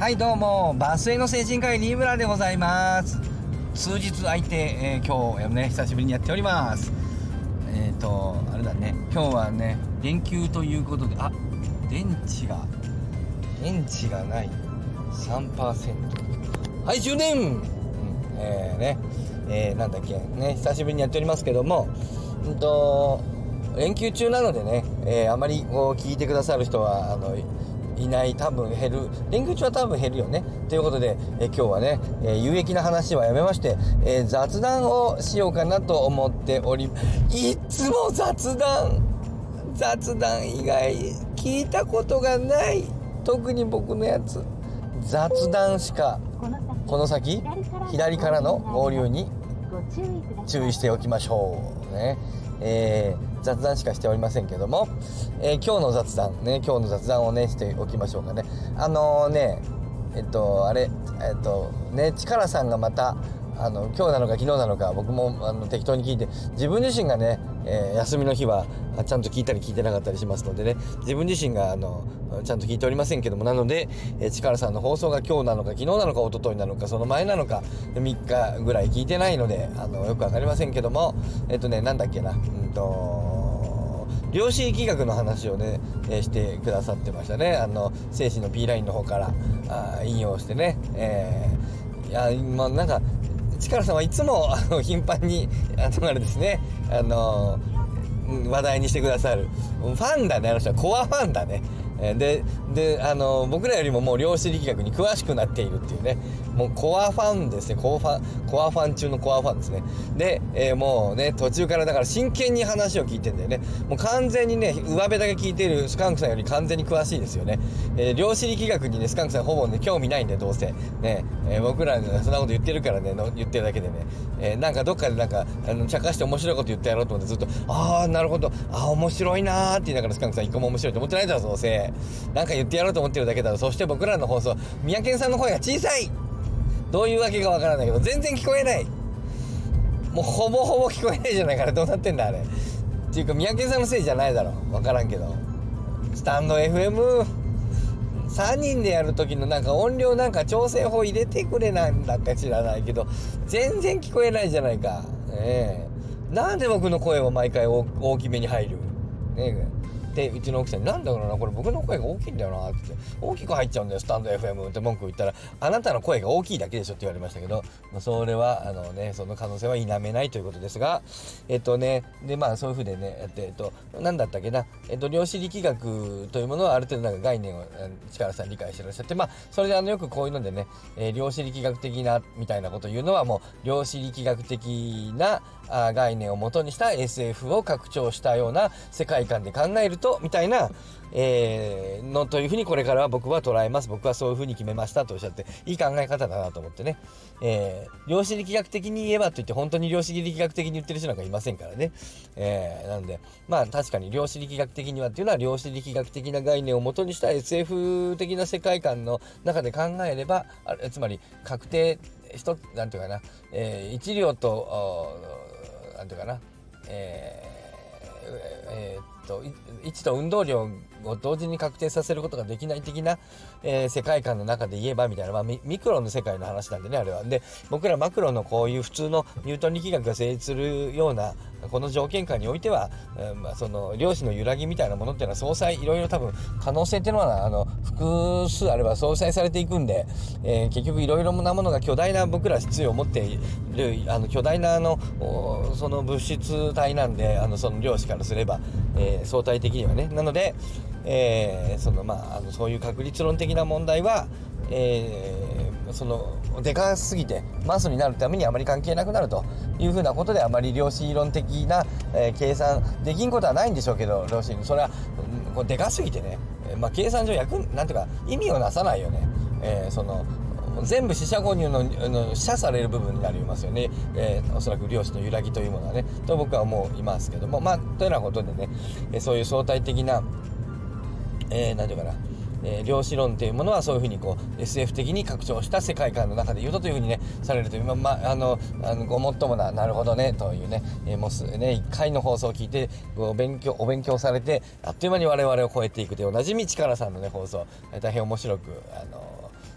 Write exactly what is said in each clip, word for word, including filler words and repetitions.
はいどうも、バスへの精神科医リーブラでございます。数日空いて、えー、今日ね久しぶりにやっております。えっ、ー、とあれだね、今日はね連休ということで、あ、電池が電池がない さんパーセント、 はい充電、うん、えー、ね、えー、なんだっけね久しぶりにやっておりますけども、うんと連休中なのでね、えー、あまりこう聞いてくださる人はあのいない、多分減る、連休中は多分減るよねということで、え今日はね、えー、有益な話はやめまして、えー、雑談をしようかなと思っており、いつも雑談雑談以外聞いたことがない。特に僕のやつ雑談しか、この先左からの合流に注意しておきましょうね。えー、雑談しかしておりませんけども、えー、今日の雑談ね今日の雑談をねしておきましょうかね。あのー、ねえっとあれえっとね力さんがまたあの今日なのか昨日なのか僕もあの適当に聞いて、自分自身がね、えー、休みの日はちゃんと聞いたり聞いてなかったりしますのでね、自分自身があのちゃんと聞いておりませんけども、なので、えー、力さんの放送が今日なのか昨日なのか一昨日なのかその前なのかみっかぐらい聞いてないのであのよくわかりませんけども、えっとねなんだっけなうんと量子力学の話をね、えー、してくださってましたね。あの精神の P ラインの方からあ引用してね、えー、いやまあなんか力さんはいつもあの頻繁にあのあれですねあの話題にしてくださるファンだね。あの人はコアファンだね。でであの僕らよりももう量子力学に詳しくなっているっていうね、もうコアファンですね。コアファンコアファン中のコアファンですね。で、えー、もうね途中からだから真剣に話を聞いてんだよね。もう完全にね上辺だけ聞いているスカンクさんより完全に詳しいですよね。えー、量子力学にねスカンクさんほぼね興味ないんでどうせね、えー、僕ら、ね、そんなこと言ってるからねの言ってるだけでね、えー、なんかどっかでなんかあの茶化して面白いこと言ってやろうと思ってずっとああなるほどああ面白いなーって言いながらスカンクさん一個も面白いと思ってないだろどうせ。なんか言ってやろうと思ってるだけだろ。そして僕らの放送三宅さんの声が小さい。どういうわけかわからないけど全然聞こえない。もうほぼほぼ聞こえないじゃないからどうなってんだあれっていうか三宅さんのせいじゃないだろわからんけど、スタンド エフエムさんにんでやる時のなんか音量なんか調整法入れてくれなんだか知らないけど全然聞こえないじゃないか。ええ、なんで僕の声は毎回大きめに入るねえでうちの奥さんになんだろうなこれ僕の声が大きいんだよなって言って、大きく入っちゃうんだよスタンド エフエム って文句言ったら、あなたの声が大きいだけでしょって言われましたけど、まあ、それはあのねその可能性は否めないということですが、えっとねでまあそういうふうでねえっと、えっと、なんだったっけなえっと量子力学というものはある程度なんか概念を力さん理解してらっしゃって、まあそれであのよくこういうのでね、えー、量子力学的なみたいなことを言うのはもう量子力学的なあ概念を元にした エスエフ を拡張したような世界観で考えるとみたいな、えー、のというふうにこれからは僕は捉えます。僕はそういうふうに決めましたとおっしゃっていい考え方だなと思ってね、えー、量子力学的に言えばといって本当に量子力学的に言ってる人なんかいませんからね、えー、なのでまあ確かに量子力学的にはっていうのは量子力学的な概念を元にした エスエフ 的な世界観の中で考えれば、あつまり確定一つなんていうかな、えー、一両となんていうかな、えーえー、っと位置と運動量を同時に確定させることができない的な、えー、世界観の中で言えばみたいな、まあ、ミ, ミクロの世界の話なんでねあれは。で僕らマクロのこういう普通のニュートン力学が成立するようなこの条件下においては、えーまあ、その量子の揺らぎみたいなものっていうのは相殺いろいろ多分可能性っていうのはあの複数あれば相殺されていくんで、えー、結局いろいろなものが巨大な僕ら質を持っているあの巨大なあのその物質体なんで、あのその量子からすれば、えー、相対的にはね。なので、えー、そのまああのそういう確率論的な問題は、えー、そのでかすぎてマスになるためにあまり関係なくなるというふうなことで、あまり量子論的な、えー、計算できんことはないんでしょうけど、量子それは、うん、でかすぎてね、えーまあ、計算上役なんていうか意味をなさないよね。えー、その全部四捨五入のの四捨される部分になりますよね、えー、おそらく量子の揺らぎというものはねと僕は思いますけども、まあというようなことでね、えー、そういう相対的な、えー、なんていうかな、えー、量子論というものはそういうふうにこう エスエフ 的に拡張した世界観の中で言うとというふうにねされるという、まあ、まあ、あのあのごもっともななるほどねというね、えー、もうすねいっかいの放送を聞いてお勉強お勉強されてあっという間に我々を超えていくというおなじみ力さんのね放送、えー、大変面白くあの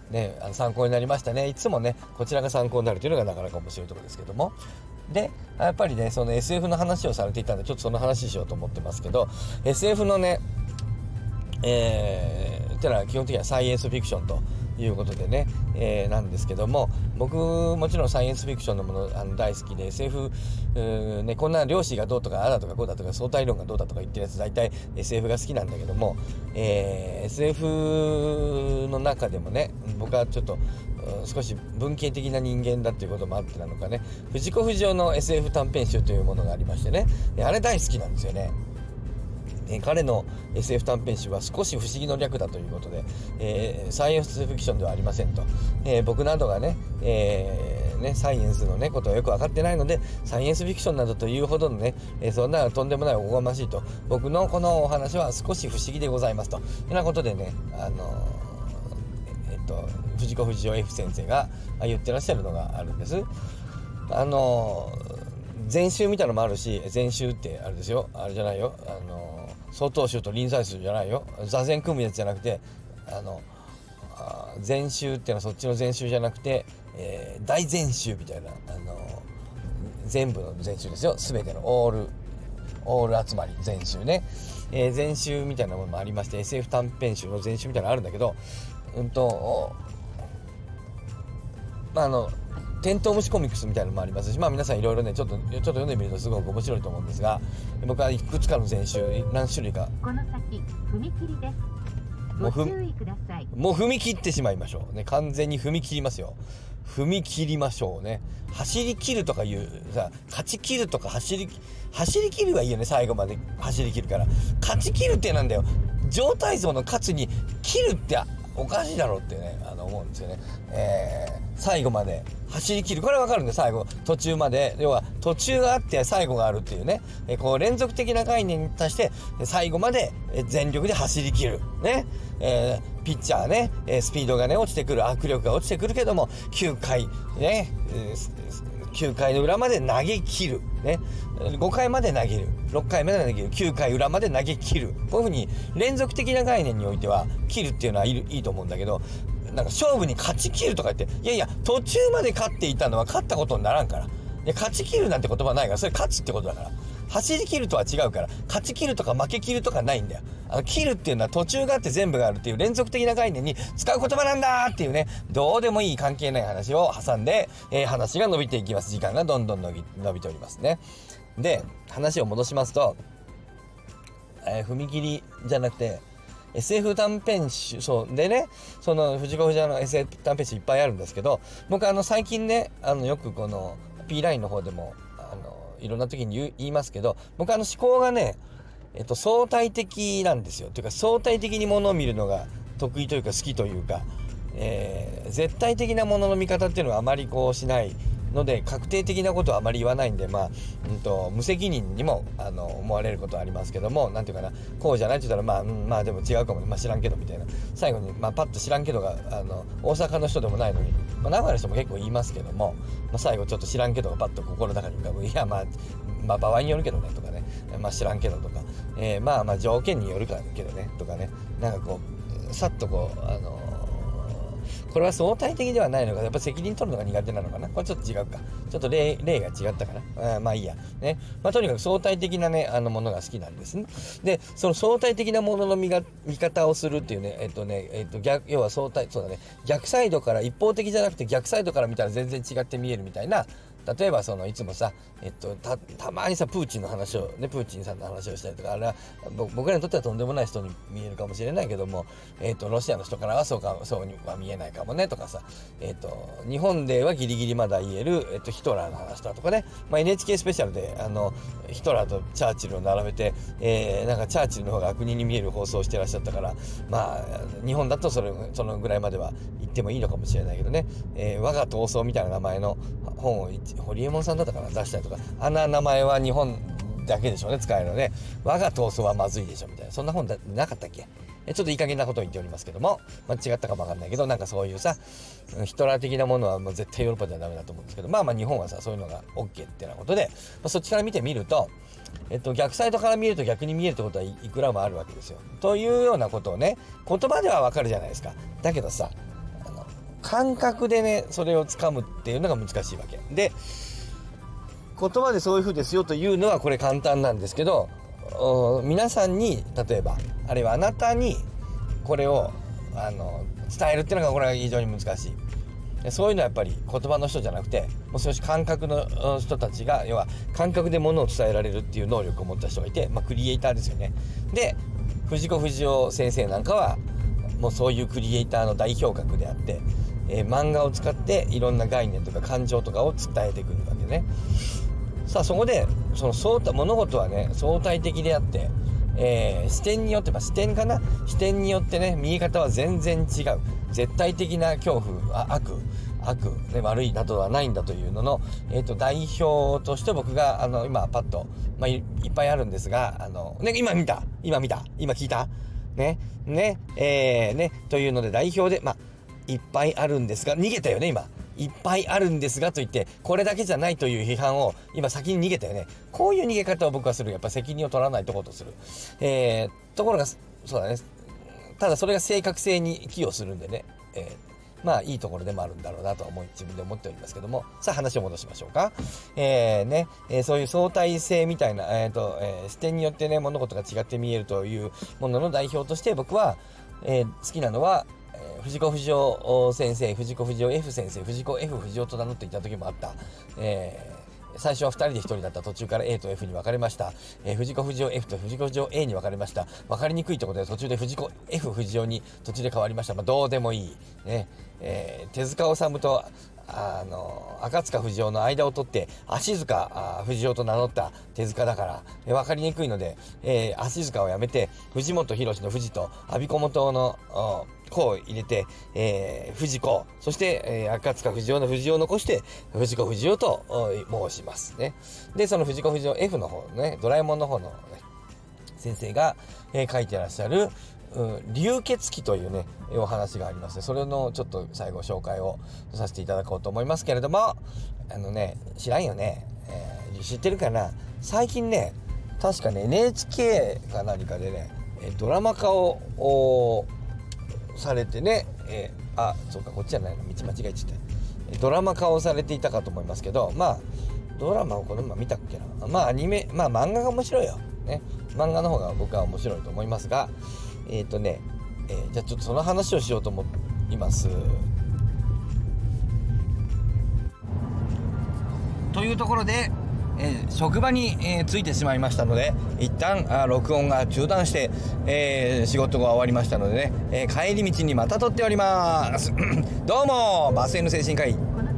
ね、あの参考になりましたね。いつもねこちらが参考になるというのがなかなか面白いところですけども、でやっぱりねその エスエフ の話をされていたんでちょっとその話しようと思ってますけど、 エスエフ のねえー、ってのは基本的にはサイエンスフィクションということでね、えー、なんですけども、僕もちろんサイエンスフィクションのものあの大好きで エスエフ、ね、こんな量子がどうとかあだとかこうだとか相対論がどうだとか言ってるやつ大体 エスエフ が好きなんだけども、えー、エスエフ の中でもね僕はちょっと少し文系的な人間だっていうこともあってなのかね、藤子不二雄の エスエフ 短編集というものがありましてね、あれ大好きなんですよね。え彼の エスエフ 短編集は少し不思議の略だということで、えー、サイエンスフィクションではありませんと、えー、僕などがね,、えー、ねサイエンスの、ね、ことをよく分かってないのでサイエンスフィクションなどというほどのね、えー、そんなとんでもないおこがましいと、僕のこのお話は少し不思議でございますというようなことでね、あのー、えっと藤子不二雄 F 先生が言ってらっしゃるのがあるんです。あのー全集みたいなのもあるし、全集ってあれですよ、あれじゃないよ、あの曹洞宗と臨済宗じゃないよ、座禅組むやつじゃなくて、あのあ全集っていうのはそっちの全集じゃなくて、えー、大全集みたいな、あの全部の全集ですよ、全てのオールオール集まり全集ね、えー、全集みたいなものもありまして エスエフ 短編集の全集みたいなのあるんだけど、うんとまああのテントウムシコミックスみたいなのもありますし、まあ皆さんいろいろねちょっとちょっと読んでみるとすごく面白いと思うんですが、僕はいくつかの全集何種類かこの先踏切です。ご注意ください。 もう踏み切ってしまいましょうね。完全に踏み切りますよ。踏み切りましょうね。走り切るとかいうさ、勝ち切るとか走り走り切るはいいよね。最後まで走り切るから、勝ち切るってなんだよ。状態像の勝つに切るっておかしいだろうってね、あの思うんですよね。えー、最後まで走り切る、これわかるんで、最後途中まで、要は途中があって最後があるっていうね、えー、こう連続的な概念に対して最後まで全力で走り切るね、えー、ピッチャーね、スピードがね落ちてくる、握力が落ちてくるけどもきゅうかいね、えー、きゅうかいの裏まで投げ切るね、ごかいまで投げる、ろっかいまで投げる、きゅうかい裏まで投げ切る、こういう風に連続的な概念においては切るっていうのはいい、いいと思うんだけど、なんか勝負に勝ち切るとか言って、いやいや途中まで勝っていたのは勝ったことにならんから、いや勝ち切るなんて言葉ないから、それ勝つってことだから、走り切るとは違うから、勝ち切るとか負け切るとかないんだよ。あの切るっていうのは途中があって全部があるっていう連続的な概念に使う言葉なんだっていうね、どうでもいい関係ない話を挟んで、えー、話が伸びていきます。時間がどんどん伸び伸びておりますね。で話を戻しますと、えー、踏切じゃなくて エスエフ 短編集、そうでね、その藤子不二雄の エスエフ 短編集いっぱいあるんですけど、僕あの最近ね、あのよくこの P ラインの方でもあのいろんな時に 言, 言いますけど、僕あの思考がね、えっと、相対的なんですよ。というか相対的にものを見るのが得意というか好きというか、えー、絶対的なものの見方っていうのはあまりこうしないので、確定的なことはあまり言わないんで、まあ、うんと、無責任にもあの思われることはありますけども、なんていうかな、こうじゃないって言ったら、まあ、うん、まあでも違うかもね、まあ知らんけどみたいな、最後に、まあパッと知らんけどが、あの、大阪の人でもないのに、まあ名古屋の人も結構言いますけども、まあ最後ちょっと知らんけどがパッと心の中に浮かぶ、いやまあ、まあ場合によるけどねとかね、まあ知らんけどとか、えー、まあまあ条件によるからけどねとかね、なんかこう、さっとこう、あの、これは相対的ではないのか、やっぱ責任取るのが苦手なのかな、これちょっと違うか、ちょっと 例, 例が違ったかな、あまあいいやね、まあとにかく相対的なね、あのものが好きなんですね。でその相対的なものの見が見方をするっていうね、えっとねえっと逆、要は相対、そうだね、逆サイドから、一方的じゃなくて逆サイドから見たら全然違って見えるみたいな、例えばそのいつもさ、えっと、た, たまにさプーチンの話をね、プーチンさんの話をしたりとか、あれは僕らにとってはとんでもない人に見えるかもしれないけども、えっとロシアの人からはそうか、そうには見えないかもねとかさ、えっと日本ではギリギリまだ言える、えっと、ヒトラーの話だとかね、まあ、エヌエイチケー スペシャルであのヒトラーとチャーチルを並べて、えー、なんかチャーチルの方が悪人に見える放送をしてらっしゃったから、まあ日本だとそれそのぐらいまでは言ってもいいのかもしれないけどね、えー、我が闘争みたいな名前の本を堀エモ門さんだったかな、出したりとか、あんな名前は日本だけでしょうね、使えるので、我が闘争はまずいでしょみたいな、そんな本だなかったっけ。えちょっといい加減なことを言っておりますけども、まあ、違ったかもわかんないけど、なんかそういうさ、ヒトラー的なものはもう絶対ヨーロッパではダメだと思うんですけど、まあまあ日本はさそういうのが OK ってなことで、まあ、そっちから見てみると、えっと、逆サイドから見ると逆に見えるってことはいくらもあるわけですよ。というようなことをね、言葉ではわかるじゃないですか。だけどさ、あの感覚でねそれをつかむっていうのが難しいわけで、言葉でそういう風ですよというのはこれ簡単なんですけど、皆さんに例えばあるいはあなたにこれをあの伝えるっていうのがこれは非常に難しい。そういうのはやっぱり言葉の人じゃなくて、もう少し感覚の人たちが、要は感覚で物を伝えられるっていう能力を持った人がいて、まあ、クリエイターですよね。で藤子不二雄先生なんかはもうそういうクリエイターの代表格であって、えー、漫画を使っていろんな概念とか感情とかを伝えてくるわけね。さあそこでその相対物事はね相対的であって、えー、視点によって、まあ、視点かな視点によってね見え方は全然違う。絶対的な恐怖、あ悪悪、ね、悪いなどはないんだというのの、えー、と代表として僕があの今パッと、まあ、い, いっぱいあるんですが、あの、ね、今見た今見た今聞いたねねえー、ねというので代表で、まあ、いっぱいあるんですが、逃げたよね今いっぱいあるんですがと言ってこれだけじゃないという批判を今先に逃げたよね。こういう逃げ方を僕はする。やっぱ責任を取らないところとする、えー、ところがそうだね。ただそれが正確性に寄与するんでね、えー、まあいいところでもあるんだろうなと思い自分で思っておりますけども、さあ話を戻しましょうか。えーねえー、そういう相対性みたいな、えーとえー、視点によってね物事が違って見えるというものの代表として僕は、えー、好きなのは藤子不二雄先生、藤子不二雄 F 先生、藤子 F 不二雄と名乗っていた時もあった、えー最初はふたりでひとりだった。途中から A と F に分かれました、えー、藤子不二雄 F と藤子不二雄 A に分かれました。分かりにくいところで途中で藤子 F 不二雄に途中で変わりました。まあどうでもいい、ねえー、手塚治虫とあの赤塚不二夫の間を取って足塚不二夫と名乗った手塚だから、えー、分かりにくいので、えー、足塚をやめて藤本弘の藤と阿鼻子元の子を入れて、えー、藤子、そして、えー、赤塚不二夫の藤を残して藤子不二雄と申しますね。でその藤子不二雄 F の方ね、ドラえもんの方の、ね、先生が、えー、書いてらっしゃる流血鬼というねお話がありますね。それのちょっと最後紹介をさせていただこうと思いますけれども、あのね知らんよね、えー、知ってるかな。最近ね確かね エヌエイチケー か何かでねドラマ化をされてね、えー、あそうかこっちじゃないの道間違えちゃったドラマ化をされていたかと思いますけど、まあドラマをこのまま見たっけな、まあアニメ、まあ漫画が面白いよね。漫画の方が僕は面白いと思いますが、えっとね、えー、じゃあちょっとその話をしようと思います。というところで、えー、職場に、えー、着いてしまいましたので一旦あ録音が中断して、えー、仕事が終わりましたのでね、えー、帰り道にまた撮っておりますどうもバスへの精神科医、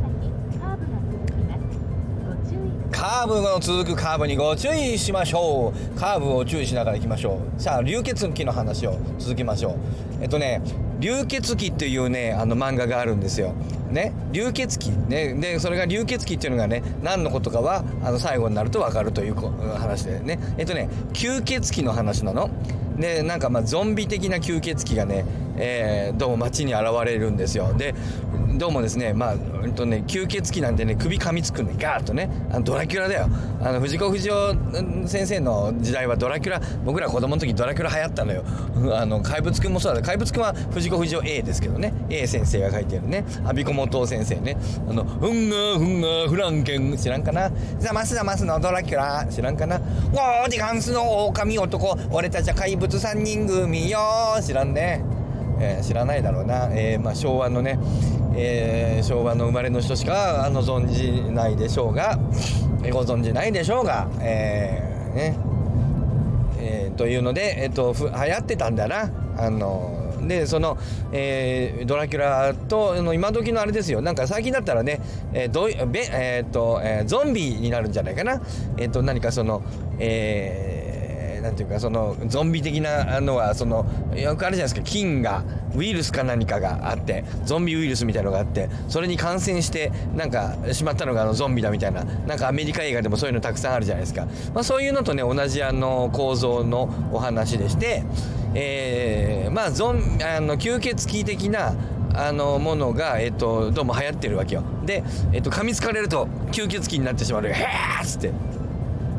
カーブの続くカーブにご注意しましょう。カーブを注意しながら行きましょう。さあ流血鬼の話を続けましょう。えっとね流血鬼っていうねあの漫画があるんですよね。流血鬼ね。でそれが流血鬼っていうのがね何のことかはあの最後になると分かるという話でね、えっとね吸血鬼の話なので、なんかまあゾンビ的な吸血鬼がね、えー、どうも街に現れるんですよ。でどうもですねまあ、えっとね、吸血鬼なんてね首噛みつくんでガーッとねあのドラキュラだよ。あの藤子不二雄先生の時代はドラキュラ、僕ら子供の時ドラキュラ流行ったのよ。あの怪物くんもそうだ。怪物くんは藤子不二雄 A ですけどね、 A 先生が書いてるね。阿鼻子元先生ね、あのふんがふんがフランケン知らんかな。ザマスザマスのドラキュラ知らんかな。おーディガンスの狼男、俺たちは怪物さんにん組よ知らんね、えー、知らないだろうな。えーまあ、昭和のね、えー、昭和の生まれの人しかあの存じないでしょうが、えー、ご存じないでしょうが、えーねえー、というので、えー、とふ流行ってたんだな。あのでその、えー、ドラキュラとあの今時のあれですよ。なんか最近だったらね、えーどべえーとえー、ゾンビになるんじゃないかな。えー、と何かその、えーなんていうかそのゾンビ的なのはそのよくあるじゃないですか。菌がウイルスか何かがあってゾンビウイルスみたいなのがあってそれに感染してなんかしまったのがあのゾンビだみたいな、なんかアメリカ映画でもそういうのたくさんあるじゃないですか。まあ、そういうのとね同じあの構造のお話でして、えー、まあゾンあの吸血鬼的なあのものが、えっと、どうも流行ってるわけよ。で、えっと、噛みつかれると吸血鬼になってしまうよ。へーっつって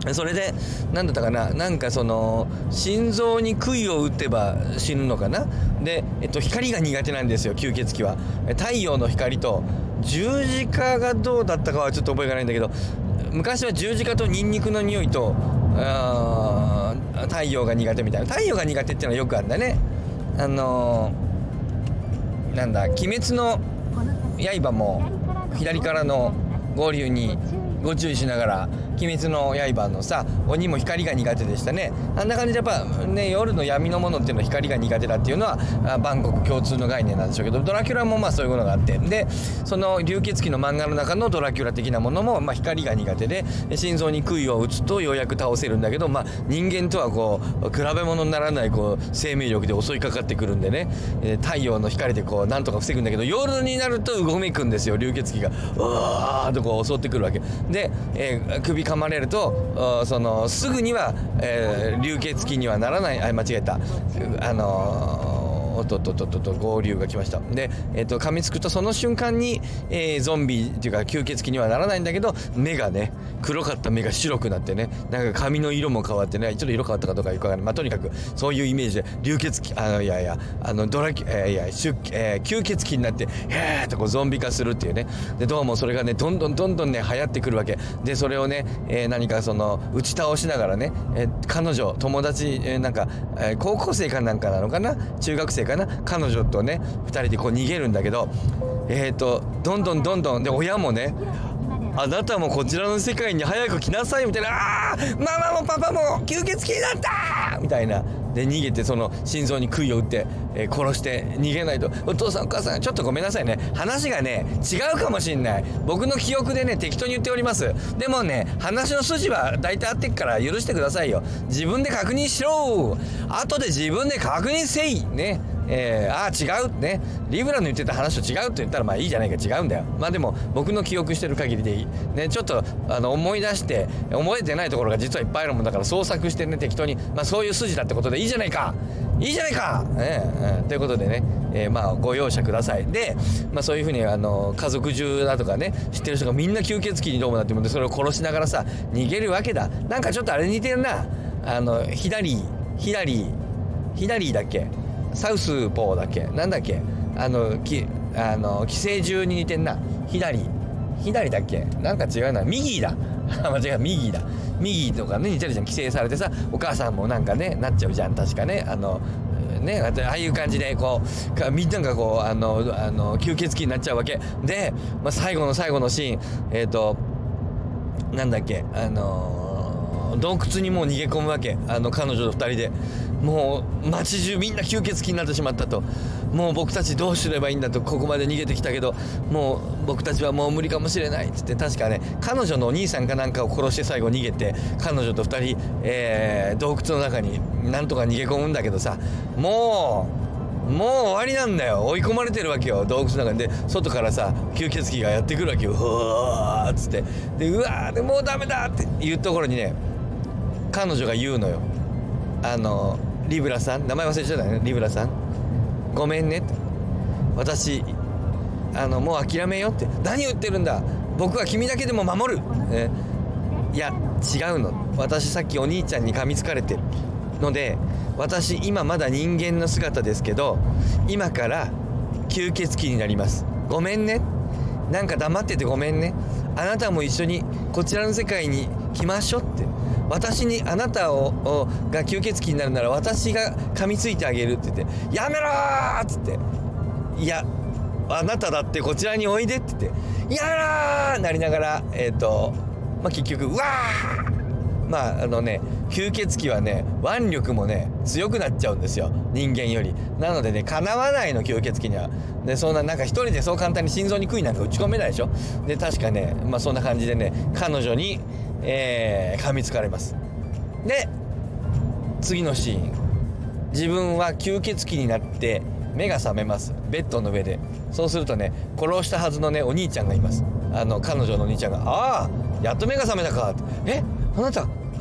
それで何だったかな、なんかその心臓に杭を打てば死ぬのかな。で、えっと、光が苦手なんですよ、吸血鬼は。太陽の光と十字架がどうだったかはちょっと覚えがないんだけど、昔は十字架とニンニクの匂いとあ太陽が苦手みたいな。太陽が苦手っていうのはよくあるんだね。あのー、なんだ、鬼滅の刃も左からの合流にご注意しながら、鬼滅の刃のさ鬼も光が苦手でしたね。あんな感じでやっぱね、夜の闇のものっていうのは光が苦手だっていうのは万国共通の概念なんでしょうけど、ドラキュラもまあそういうものがあって、でその流血鬼の漫画の中のドラキュラ的なものもまあ光が苦手で、心臓に杭を打つとようやく倒せるんだけど、まあ人間とはこう比べ物にならないこう生命力で襲いかかってくるんでね、太陽の光でこうなんとか防ぐんだけど、夜になるとうごめくんですよ、流血鬼がうわーっとこう襲ってくるわけで、えー、首噛まれるとそのすぐには、えー、流血鬼にはならない。あ、間違えた。あのーおっとっとっとっとっと合流が来ました。で、えー、と噛みつくとその瞬間に、えー、ゾンビっていうか吸血鬼にはならないんだけど、目がね、黒かった目が白くなってね、なんか髪の色も変わってね、ちょっと色変わったかどうかよくわからない。まあとにかくそういうイメージで流血鬼、あのいやいやあのドラキュ、えー、いやシュ、えー、吸血鬼になってへーっとこうゾンビ化するっていうね。でどうもそれがねどんどんどんどんね流行ってくるわけで、それをね、えー、何かその打ち倒しながらね、えー、彼女友達、えー、なんか、えー、高校生かなんかなのかな、中学生かな、彼女とねふたりでこう逃げるんだけど、えーとどんどんどんどんで親もね、あなたもこちらの世界に早く来なさいみたいな、あーママもパパも吸血鬼だったみたいなで逃げて、その心臓に杭を打って、えー、殺して逃げないと。お父さんお母さんちょっとごめんなさいね、話がね違うかもしんない。僕の記憶でね適当に言っております。でもね話の筋は大体合ってっから許してくださいよ。自分で確認しろ、後で自分で確認せいね。えー、ああ違うね、リブラの言ってた話と違うって言ったらまあいいじゃないか、違うんだよ。まあでも僕の記憶してる限りでいいね。ちょっとあの思い出して覚えてないところが実はいっぱいあるもんだから創作してね適当に、まあそういう筋だってことでいいじゃないか、いいじゃないか、ねえー、ということでね、えー、まあご容赦ください。で、まあそういうふうにあの家族中だとかね知ってる人がみんな吸血鬼にどうもなってもんで、それを殺しながらさ逃げるわけだ。なんかちょっとあれ似てるな、あのヒラリーヒラリーヒラリーだっけ、サウスポーだっけ、なんだっけ、あのきあの寄生獣に似てんな。左左だっけ、なんか違うな、右だ間違えた、右だ右とかね似てるじゃん。寄生されてさお母さんもなんかねなっちゃうじゃん確かね。あのね、ああいう感じでこうみんながこうあのあの吸血鬼になっちゃうわけで、まあ、最後の最後のシーン、えっとなんだっけ、あのー洞窟にもう逃げ込むわけ、あの彼女とふたりで。もう街中みんな吸血鬼になってしまったと、もう僕たちどうすればいいんだと、ここまで逃げてきたけどもう僕たちはもう無理かもしれないっつって、確かね彼女のお兄さんかなんかを殺して最後逃げて、彼女とふたり、えー、洞窟の中になんとか逃げ込むんだけどさ、もうもう終わりなんだよ、追い込まれてるわけよ洞窟の中で。外からさ吸血鬼がやってくるわけよ、うわーっつって、でうわーでもうダメだっていうところにね彼女が言うのよ、あのリブラさん、名前忘れちゃったね、リブラさんごめんねって、私あのもう諦めよって。何言ってるんだ、僕は君だけでも守る、ね、いや違うの、私さっきお兄ちゃんに噛みつかれてるので、私今まだ人間の姿ですけど今から吸血鬼になります、ごめんね、なんか黙っててごめんね、あなたも一緒にこちらの世界に来ましょうって、私にあなたをが吸血鬼になるなら私が噛みついてあげるって言って、やめろーっつって、いやあなただってこちらにおいでって言って、やめろーなりながらえっとまあ結局うわーまああのね吸血鬼はね腕力もね強くなっちゃうんですよ人間より。なのでねかなわないの吸血鬼には。でそんななんか一人でそう簡単に心臓に杭なんか打ち込めないでしょ。で確かねまあそんな感じでね彼女に、えー、噛みつかれます。で次のシーン、自分は吸血鬼になって目が覚めます、ベッドの上で。そうするとね殺したはずのねお兄ちゃんがいます。あの彼女のお兄ちゃんが、ああやっと目が覚めたかって、えあなたあれ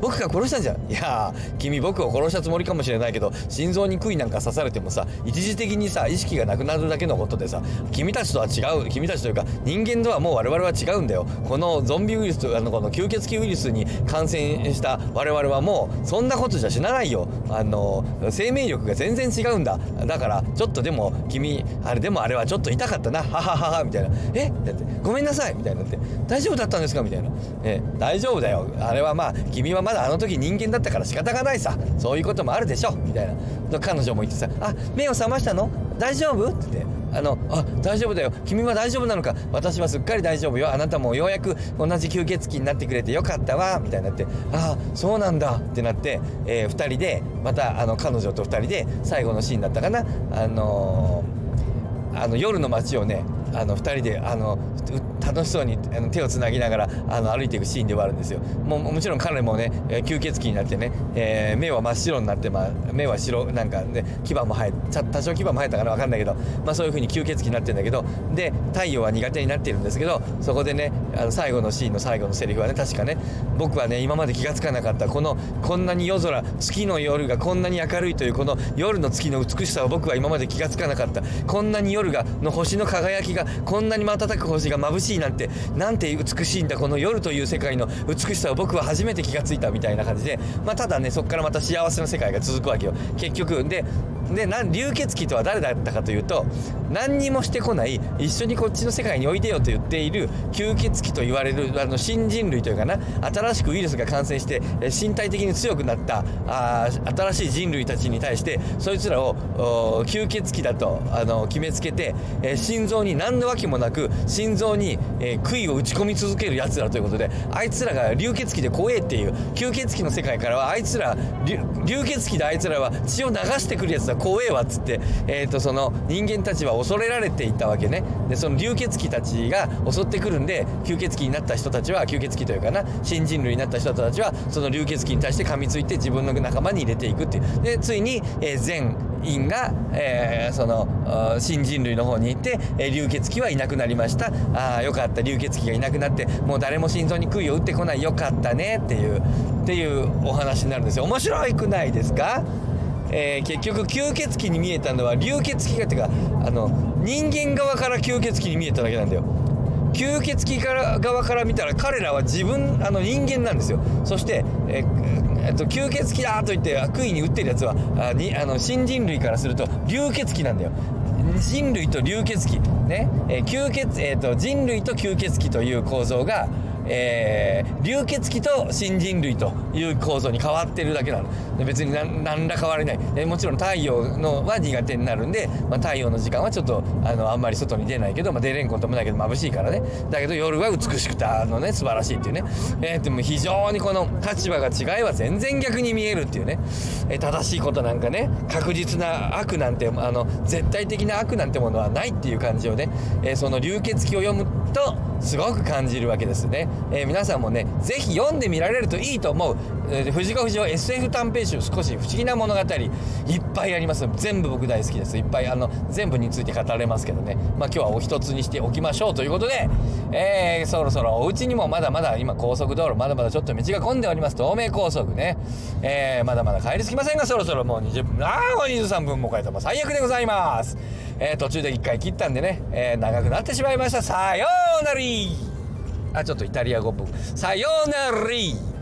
僕が殺したんじゃん。いやー君僕を殺したつもりかもしれないけど、心臓に杭なんか刺されてもさ一時的にさ意識がなくなるだけのことでさ、君たちとは違う、君たちというか人間とはもう我々は違うんだよ。このゾンビウイルスとあのこの吸血鬼ウイルスに感染した我々はもうそんなことじゃ死なないよ。あの生命力が全然違うんだ。だからちょっとでも君あれでもあれはちょっと痛かったな、ははははみたいな、えだってごめんなさいみたいなって、大丈夫だったんですかみたいな、え大丈夫だよ、あれはまあ君はまだあの時人間だったから仕方がないさ、そういうこともあるでしょみたいな。彼女も言ってさ、あ目を覚ましたの大丈夫って言って、あのあ大丈夫だよ、君は大丈夫なのか、私はすっかり大丈夫よ、あなたもようやく同じ吸血鬼になってくれてよかったわみたいになって、ああそうなんだってなって、えー、ふたりでまたあの彼女とふたりで最後のシーンだったかな、あのー、あの夜の街をねあのふたりであの楽しそうにあの手をつなぎながらあの歩いていくシーンではあるんですよ。もうもちろん彼もね吸血鬼になってね、えー、目は真っ白になって、まあ、目は白なんかね牙も生え多少牙も生えたかな分かんないけど、まあ、そういう風に吸血鬼になってるんだけど、で太陽は苦手になってるんですけど、そこでねあの最後のシーンの最後のセリフはね確かね、僕はね今まで気がつかなかったこのこんなに夜空月の夜がこんなに明るいというこの夜の月の美しさを僕は今まで気がつかなかった、こんなに夜がの星の輝きがこんなに瞬く星が眩しいなんてなんて美しいんだこの夜という世界の美しさを僕は初めて気がついたみたいな感じで、まあ、ただねそこからまた幸せな世界が続くわけよ結局で。でな流血鬼とは誰だったかというと、何にもしてこない一緒にこっちの世界においでよと言っている吸血鬼と言われるあの新人類というかな、新しくウイルスが感染して身体的に強くなったあ新しい人類たちに対してそいつらを吸血鬼だとあの決めつけて、えー、心臓に何のわけもなく心臓に、えー、杭を打ち込み続けるやつらということで、あいつらが流血鬼で怖えっていう、吸血鬼の世界からはあいつら流血鬼であいつらは血を流してくるやつだ怖えわっつって、えー、とその人間たちは恐れられていたわけね。でその流血鬼たちが襲ってくるんで、吸血鬼になった人たちは吸血鬼というかな新人類になった人たちはその流血鬼に対して噛みついて自分の仲間に入れていくっていう。でついに、えー、全員が、えー、その新人類の方に行って、えー、流血鬼はいなくなりました、あーよかった流血鬼がいなくなってもう誰も心臓に杭を打ってこない、よかったねっていうっていうお話になるんですよ。面白くないですか？えー、結局吸血鬼に見えたのは流血鬼がっていうかあの人間側から吸血鬼に見えただけなんだよ。吸血鬼から側から見たら彼らは自分あの人間なんですよ。そして、えーえっと、吸血鬼だと言って杭に打ってるやつはあにあの新人類からすると流血鬼なんだよ。人類と流血鬼ね、えー、吸血、えー、と人類と吸血鬼という構造がえー、流血鬼と新人類という構造に変わってるだけなので、別に何何ら変わりない、えー、もちろん太陽のは苦手になるんで、まあ、太陽の時間はちょっと あのあんまり外に出ないけど、まあ、出れんこともないけど眩しいからね、だけど夜は美しくてあのね素晴らしいっていうね、えー、でも非常にこの立場が違いは全然逆に見えるっていうね、えー、正しいことなんかね確実な悪なんてあの絶対的な悪なんてものはないっていう感じをね、えー、その流血鬼を読むとすごく感じるわけですね。えー、皆さんもねぜひ読んでみられるといいと思う、えー、藤子不二雄 エスエフ 短編集少し不思議な物語いっぱいあります。全部僕大好きです。いっぱいあの全部について語れますけどね、まあ今日はお一つにしておきましょうということで、えー、そろそろお家にもまだまだ今高速道路まだまだちょっと道が混んでおります。東名高速ね、えー、まだまだ帰り着きませんがそろそろもうにじゅっぷんああもうにじゅうさんぷんも超えたもう最悪でございます。えー、途中でいっかい切ったんでね、えー、長くなってしまいました。さようなら。あちょっとイタリア語っぽくさようなら。